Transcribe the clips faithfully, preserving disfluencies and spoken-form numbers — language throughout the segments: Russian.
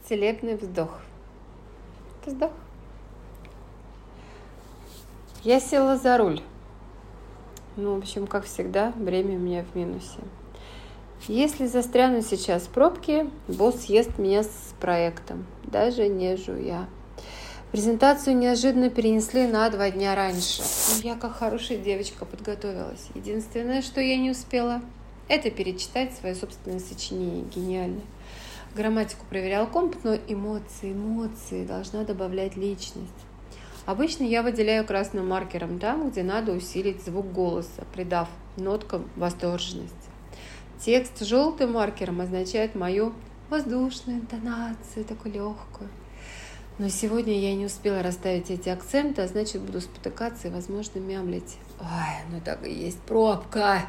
Целебный вздох. Вздох. Я села за руль. Ну, в общем, как всегда, время у меня в минусе. Если застряну сейчас в пробке, босс съест меня с проектом, даже не жуя. Презентацию неожиданно перенесли на два дня раньше. Ну, я, как хорошая девочка, подготовилась. Единственное, что я не успела, это перечитать свое собственное сочинение. Гениальное. Грамматику проверял комп, но эмоции, эмоции должна добавлять личность. Обычно я выделяю красным маркером там, где надо усилить звук голоса, придав ноткам восторженность. Текст желтым маркером означает мою воздушную интонацию, такую легкую. Но сегодня я не успела расставить эти акценты, а значит, буду спотыкаться и, возможно, мямлить. Ой, ну так и есть пробка.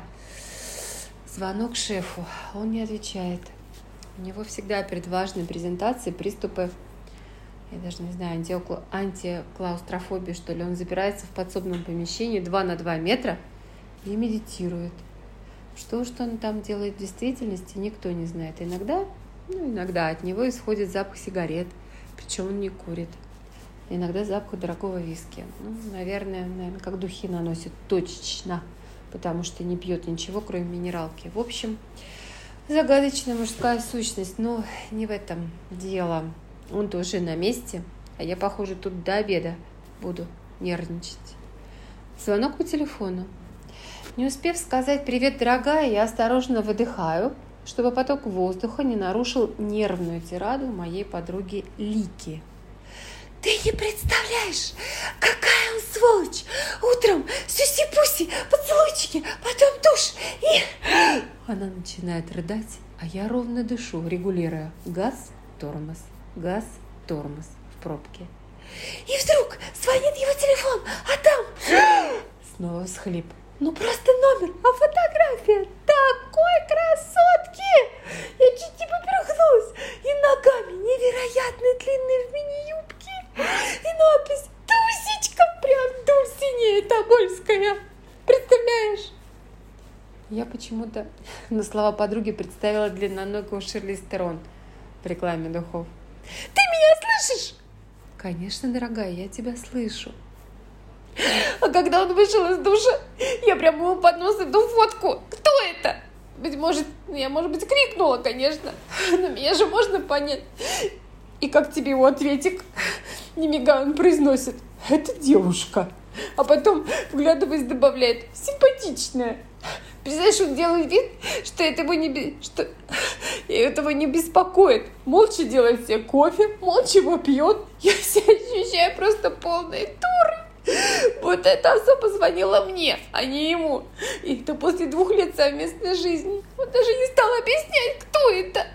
Звонок шефу. Он не отвечает. У него всегда перед важной презентацией приступы, я даже не знаю, антиокла... антиклаустрофобии, что ли. Он запирается в подсобном помещении два на два метра и медитирует. Что, что он там делает в действительности, никто не знает. Иногда, ну, иногда от него исходит запах сигарет, причем он не курит. Иногда запах дорогого виски. Ну, наверное, наверное, как духи наносит точечно, потому что не пьет ничего, кроме минералки. В общем, загадочная мужская сущность, но не в этом дело. Он-то уже на месте, а я, похоже, тут до обеда буду нервничать. Звонок по телефону. Не успев сказать «Привет, дорогая», я осторожно выдыхаю, чтобы поток воздуха не нарушил нервную тираду моей подруги Лики. «Ты не представляешь, какая он сволочь! Утром сюси-пуси, поцелуйчики, потом душ и...» Она начинает рыдать, а я ровно дышу, регулируя газ, тормоз, газ, тормоз в пробке. И вдруг звонит его телефон, а там... Снова всхлип. Ну просто номер, а фотография такой красотки! Я чуть не поперхнулась. И ногами невероятно длинные в мини-юбке. И надпись «Тусечка», прям Дульсинея Тобольская. Представляешь? Я почему-то на слова подруги представила длинноногую Шарлиз Терон в рекламе духов. Ты меня слышишь? Конечно, дорогая, я тебя слышу. А когда он вышел из душа, я прямо ему под нос эту фотку. Кто это? Быть может, я, может быть, крикнула, конечно, но меня же можно понять. И как тебе его ответик? Не мигая, он произносит: это девушка. А потом, вглядываясь, добавляет: симпатичная. Представляешь, он делает вид, что этого не, что этого не беспокоит. Молча делает себе кофе, молча его пьет. Я себя ощущаю просто полной дурой. Вот эта особа звонила мне, а не ему. И это после двух лет совместной жизни. Он даже не стал объяснять, кто это.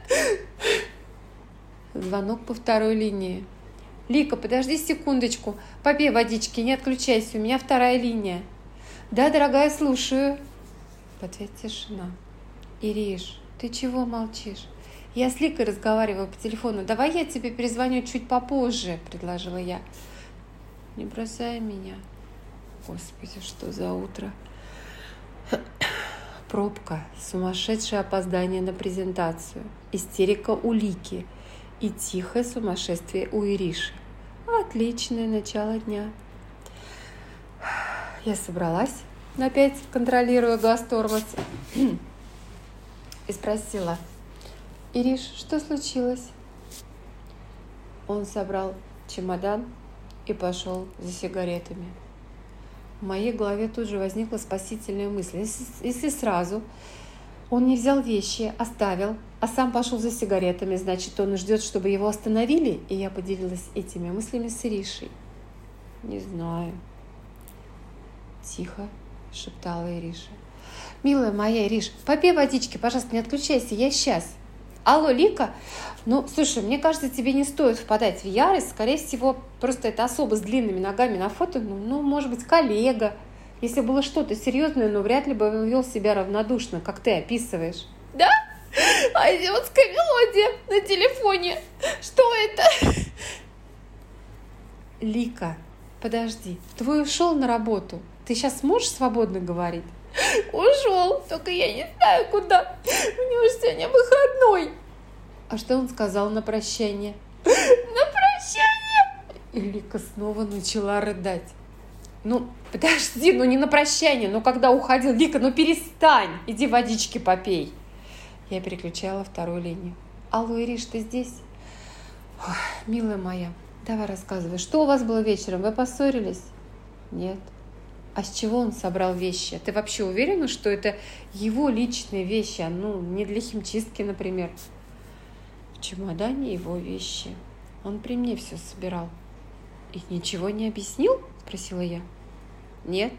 Звонок по второй линии. Лика, подожди секундочку. Попей водички, не отключайся, у меня вторая линия. Да, дорогая, слушаю. В ответ тишина. Ириш, ты чего молчишь? Я с Ликой разговариваю по телефону. Давай я тебе перезвоню чуть попозже, предложила я. Не бросай меня. Господи, что за утро. Пробка, сумасшедшее опоздание на презентацию, истерика у Лики и тихое сумасшествие у Ириши. Отличное начало дня. Я собралась, опять контролируя газ-тормоз, и спросила: Ириш, что случилось? Он собрал чемодан и пошел за сигаретами. В моей голове тут же возникла спасительная мысль. Если, если сразу он не взял вещи, оставил, а сам пошел за сигаретами, значит, он ждет, чтобы его остановили, и я поделилась этими мыслями с Иришей. Не знаю. Тихо шептала Ириша. Милая моя Ириш, попей водички, пожалуйста, не отключайся, я сейчас. Алло, Лика? Ну, слушай, мне кажется, тебе не стоит впадать в ярость. Скорее всего, просто это особо с длинными ногами на фото, ну, ну может быть, коллега. Если было что-то серьезное, но вряд ли бы он вел себя равнодушно, как ты описываешь. Да? А идиотская мелодия на телефоне. Что это? Лика, подожди, твой ушел на работу. Ты сейчас сможешь свободно говорить? Ушел, только я не знаю куда. У него же сегодня выходной. А что он сказал на прощание? И Лика снова начала рыдать. Ну, подожди, ну не на прощание, ну когда уходил. Лика, ну перестань, иди водички попей. Я переключала вторую линию. Алло, Ириш, ты здесь? Ой, милая моя, давай рассказывай, что у вас было вечером? Вы поссорились? Нет. А с чего он собрал вещи? Ты вообще уверена, что это его личные вещи, а ну не для химчистки, например? В чемодане его вещи. Он при мне все собирал. И ничего не объяснил? Спросила я. Нет.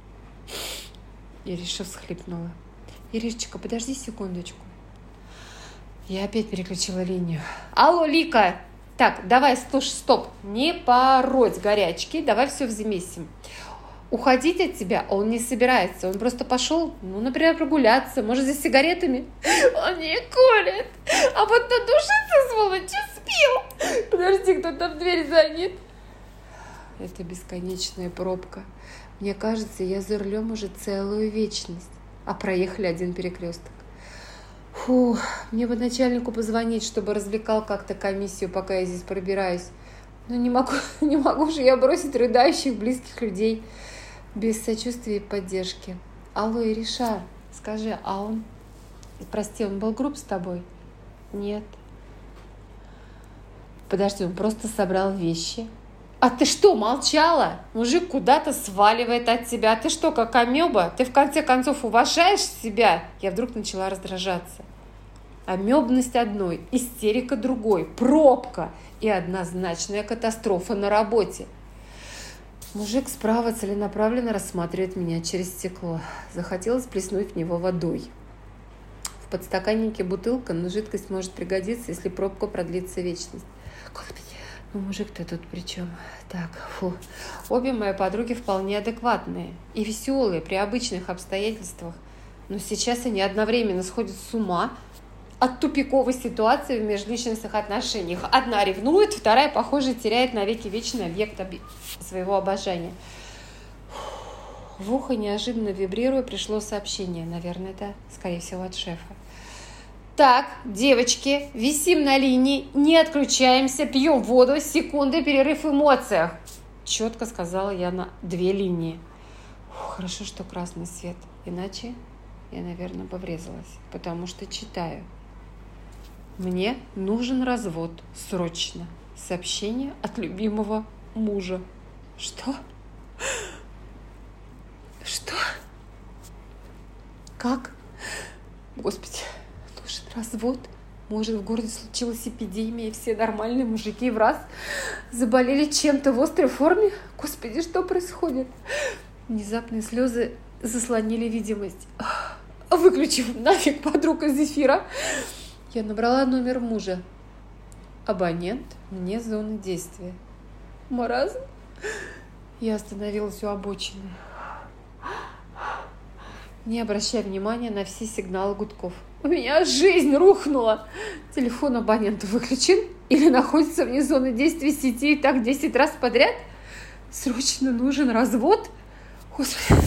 Ириша всхлипнула. Иришечка, подожди секундочку. Я опять переключила линию. Алло, Лика! Так, давай, слушай, стоп. Не пороть горячки, давай все взвесим. Уходить от тебя он не собирается. Он просто пошел, ну, например, прогуляться, может, за сигаретами. Он не курит. А вот надушиться, сволочь, успел. Подожди, кто там в дверь занят. Это бесконечная пробка. Мне кажется, я за рулем уже целую вечность. А проехали один перекресток. Фу, мне бы начальнику позвонить, чтобы развлекал как-то комиссию, пока я здесь пробираюсь. Но не могу, не могу же я бросить рыдающих близких людей без сочувствия и поддержки. Алло, Ириша, скажи, а он... Прости, он был груб с тобой? Нет. Подожди, он просто собрал вещи. А ты что, молчала? Мужик куда-то сваливает от тебя. А ты что, как амеба? Ты в конце концов уважаешь себя? Я вдруг начала раздражаться. Амебность одной, истерика другой, пробка и однозначная катастрофа на работе. Мужик справа целенаправленно рассматривает меня через стекло. Захотелось плеснуть в него водой. В подстаканнике бутылка, но жидкость может пригодиться, если пробка продлится вечность. Господи, ну мужик-то тут при чем? Так, фу. Обе мои подруги вполне адекватные и веселые при обычных обстоятельствах. Но сейчас они одновременно сходят с ума от тупиковой ситуации в межличностных отношениях. Одна ревнует, вторая, похоже, теряет навеки вечный объект своего обожания. В ухо неожиданно вибрируя пришло сообщение. Наверное, это, скорее всего, от шефа. Так, девочки, висим на линии, не отключаемся, пьем воду, секунды, перерыв в эмоциях. Четко сказала я на две линии. Фу, хорошо, что красный свет, иначе я, наверное, бы врезалась, потому что читаю. Мне нужен развод, срочно. Сообщение от любимого мужа. Что? Что? Как? Господи, нужен развод? Может, в городе случилась эпидемия, и все нормальные мужики в раз заболели чем-то в острой форме? Господи, что происходит? Внезапные слезы заслонили видимость. Выключив нафиг подруг из эфира, я набрала номер мужа. Абонент вне зоны действия. Маразм? Я остановилась у обочины, не обращая внимания на все сигналы гудков. У меня жизнь рухнула. Телефон абонента выключен или находится вне зоны действия сети и так десять раз подряд? Срочно нужен развод? Господи.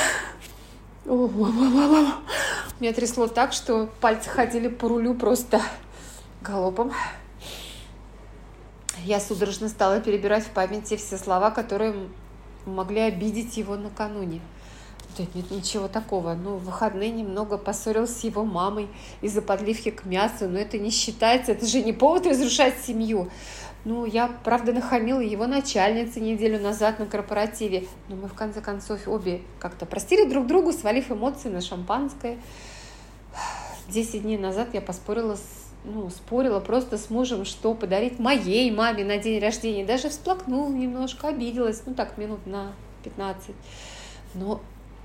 Меня трясло так, что пальцы ходили по рулю просто галопом. Я судорожно стала перебирать в памяти все слова, которые могли обидеть его накануне. Да нет, ничего такого. Ну, в выходные немного поссорился с его мамой из-за подливки к мясу, но это не считается, это же не повод разрушать семью. Ну, я, правда, нахамила его начальнице неделю назад на корпоративе, но мы, в конце концов, обе как-то простили друг другу, свалив эмоции на шампанское. Десять дней назад я поспорила с Ну, спорила просто с мужем, что подарить моей маме на день рождения. Даже всплакнула немножко, обиделась. Ну, так, минут на пятнадцать. Но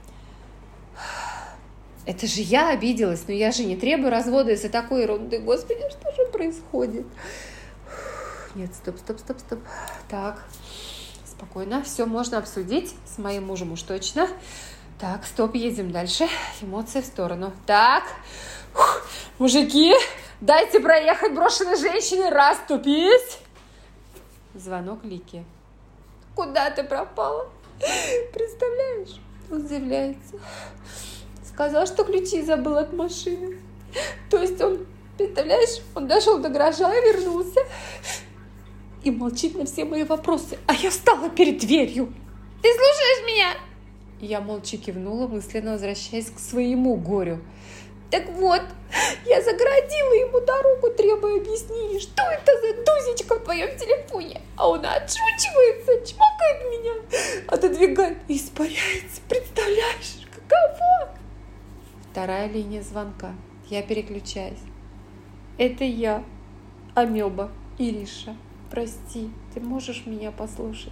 это же я обиделась. Но я же не требую развода из-за такой ерунды. Господи, что же происходит? Нет, стоп, стоп, стоп, стоп. Так, спокойно. Все можно обсудить с моим мужем уж точно. Так, стоп, едем дальше. Эмоции в сторону. Так, фух, мужики, дайте проехать брошенной женщине, расступись. Звонок Лики. Куда ты пропала? Представляешь? Он удивляется. Сказал, что ключи забыл от машины. То есть он, представляешь, он дошел до гаража и вернулся. и молчит на все мои вопросы. А я встала перед дверью. Ты слушаешь меня? Я молча кивнула, мысленно возвращаясь к своему горю. Так вот, я загородила ему дорогу, требуя объяснений, что это за дузечка в твоем телефоне. А он отшучивается, чмокает меня, отодвигает и испаряется. Представляешь, каково? Вторая линия звонка. Я переключаюсь. Это я, амеба, Ириша. Прости, ты можешь меня послушать?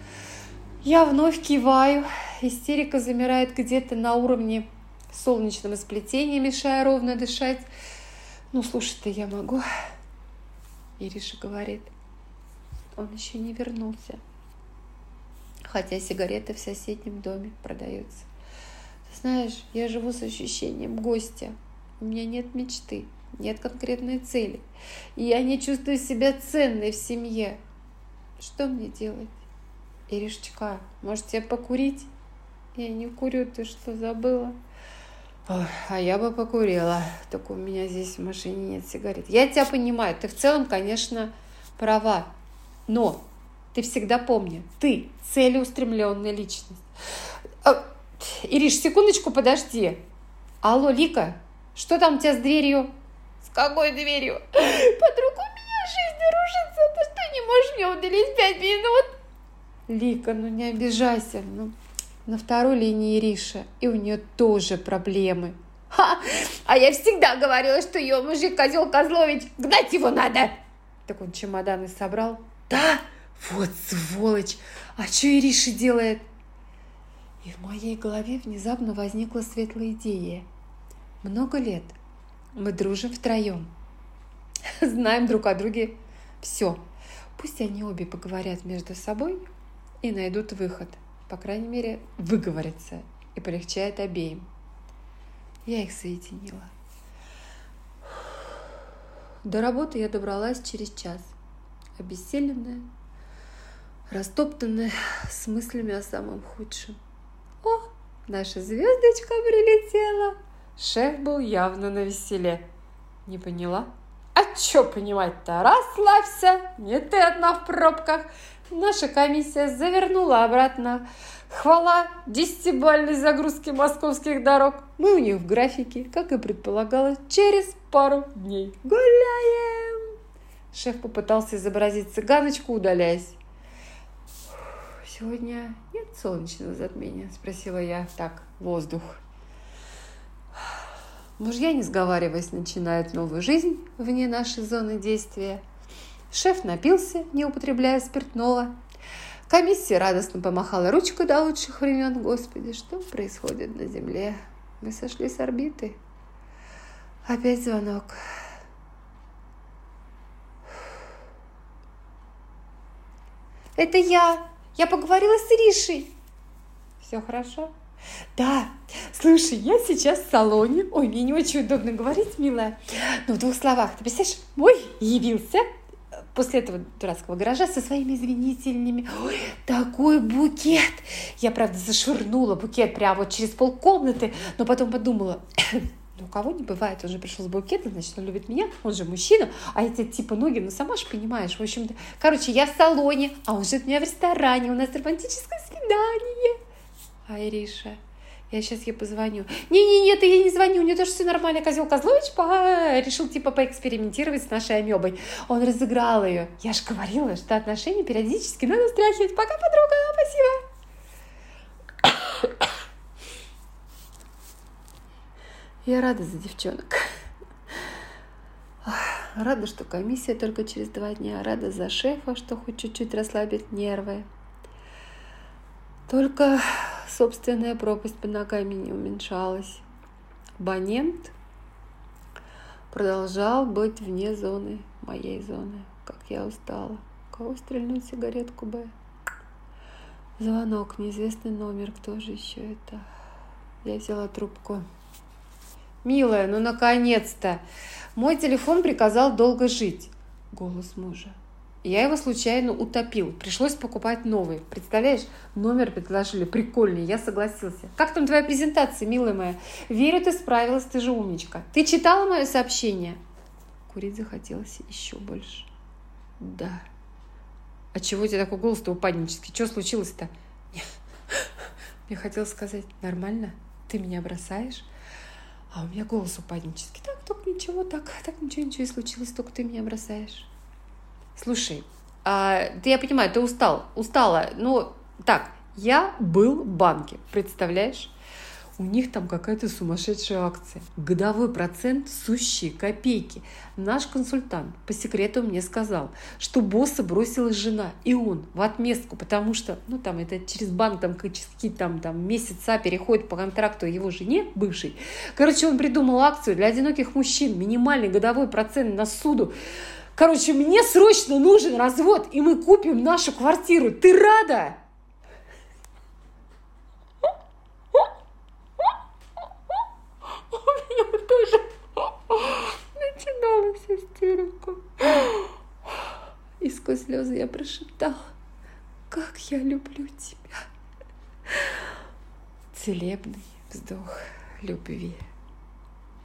Я вновь киваю. Истерика замирает где-то на уровне солнечного сплетения, мешая ровно дышать. Ну, слушай-то я могу. Ириша говорит, он еще не вернулся. Хотя сигареты в соседнем доме продаются. Ты знаешь, я живу с ощущением гостя. У меня нет мечты, нет конкретной цели. И я не чувствую себя ценной в семье. Что мне делать? Иришечка, может тебе покурить? Я не курю, ты что, забыла? Ой, а я бы покурила, только у меня здесь в машине нет сигарет. Я тебя понимаю, ты в целом, конечно, права, но ты всегда помни, ты целеустремленная личность. А, Ириш, секундочку, подожди. Алло, Лика, что там у тебя с дверью? С какой дверью? Подруга, у меня жизнь рушится, ты что, не можешь мне уделить пять минут? Лика, ну не обижайся, ну... На второй линии Ириша, и у нее тоже проблемы. Ха! А я всегда говорила, что ее мужик козел Козлович, гнать его надо. Так он чемоданы собрал? Да, вот сволочь. А что Ириша делает? И в моей голове внезапно возникла светлая идея. Много лет мы дружим втроем. Знаем друг о друге все. Пусть они обе поговорят между собой и найдут выход. По крайней мере, выговорится и полегчает обеим. Я их соединила. До работы я добралась через час. Обессиленная, растоптанная, с мыслями о самом худшем. О, наша звездочка прилетела. Шеф был явно навеселе. Не поняла? А чё понимать-то? Расслабься, не ты одна в пробках. Наша комиссия завернула обратно. Хвала десятибалльной загрузки московских дорог. Мы у них в графике, как и предполагалось, через пару дней. Гуляем! Шеф попытался изобразить цыганочку, удаляясь. Сегодня нет солнечного затмения? Спросила я. Так, воздух. Мужья, не сговариваясь, начинают новую жизнь вне нашей зоны действия. Шеф напился, не употребляя спиртного. Комиссия радостно помахала ручкой до лучших времен. Господи, что происходит на земле? Мы сошли с орбиты. Опять звонок. Это я. Я поговорила с Иришей. Все хорошо? Да. Слушай, я сейчас в салоне. Ой, мне не очень удобно говорить, милая. Но в двух словах. Ты представляешь, мой явился после этого дурацкого гаража со своими извинительными. Ой, такой букет! Я, правда, зашвырнула букет прямо вот через полкомнаты, но потом подумала, ну, у кого не бывает, он же пришел с букетом, значит, он любит меня, он же мужчина, а эти типа ноги, ну, сама же понимаешь, в общем-то. Короче, я в салоне, а он ждет меня в ресторане, у нас романтическое свидание. А Ириша... Я сейчас ей позвоню. Не-не-не, ты ей не звони, у нее тоже все нормально. Козел Козлович по... решил типа поэкспериментировать с нашей амебой. Он разыграл ее. Я же говорила, что отношения периодически надо стряхивать. Пока, подруга, спасибо. Я рада за девчонок. Рада, что комиссия только через два дня. Рада за шефа, что хоть чуть-чуть расслабит нервы. Только собственная пропасть под ногами не уменьшалась. Абонент продолжал быть вне зоны, моей зоны. Как я устала. У кого стрельнуть сигаретку бы? Звонок, неизвестный номер. Кто же еще это? Я взяла трубку. Милая, ну наконец-то! Мой телефон приказал долго жить. Голос мужа. Я его случайно утопил. Пришлось покупать новый. Представляешь, номер предложили прикольный. Я согласился. Как там твоя презентация, милая моя? Верю, ты справилась, ты же умничка. Ты читала мое сообщение? Курить захотелось еще больше. Да. А чего у тебя такой голос-то упаднический? Что случилось-то? Мне хотелось сказать, нормально, ты меня бросаешь, а у меня голос упаднический. Так, только ничего, так, так ничего, ничего и случилось, только ты меня бросаешь. Слушай, а, ты, я понимаю, ты устал, устала, ну, так, я был в банке, представляешь? У них там какая-то сумасшедшая акция. Годовой процент сущие копейки. Наш консультант по секрету мне сказал, что босса бросила жена. И он в отместку, потому что, ну там это через банк там какие-то там, там месяца переходит по контракту его жене бывшей. Короче, он придумал акцию для одиноких мужчин. Минимальный годовой процент на суду. Короче, мне срочно нужен развод, и мы купим нашу квартиру. Ты рада? Тоже начиналась истерика. И сквозь слезы я прошептала, как я люблю тебя. Целебный вздох любви.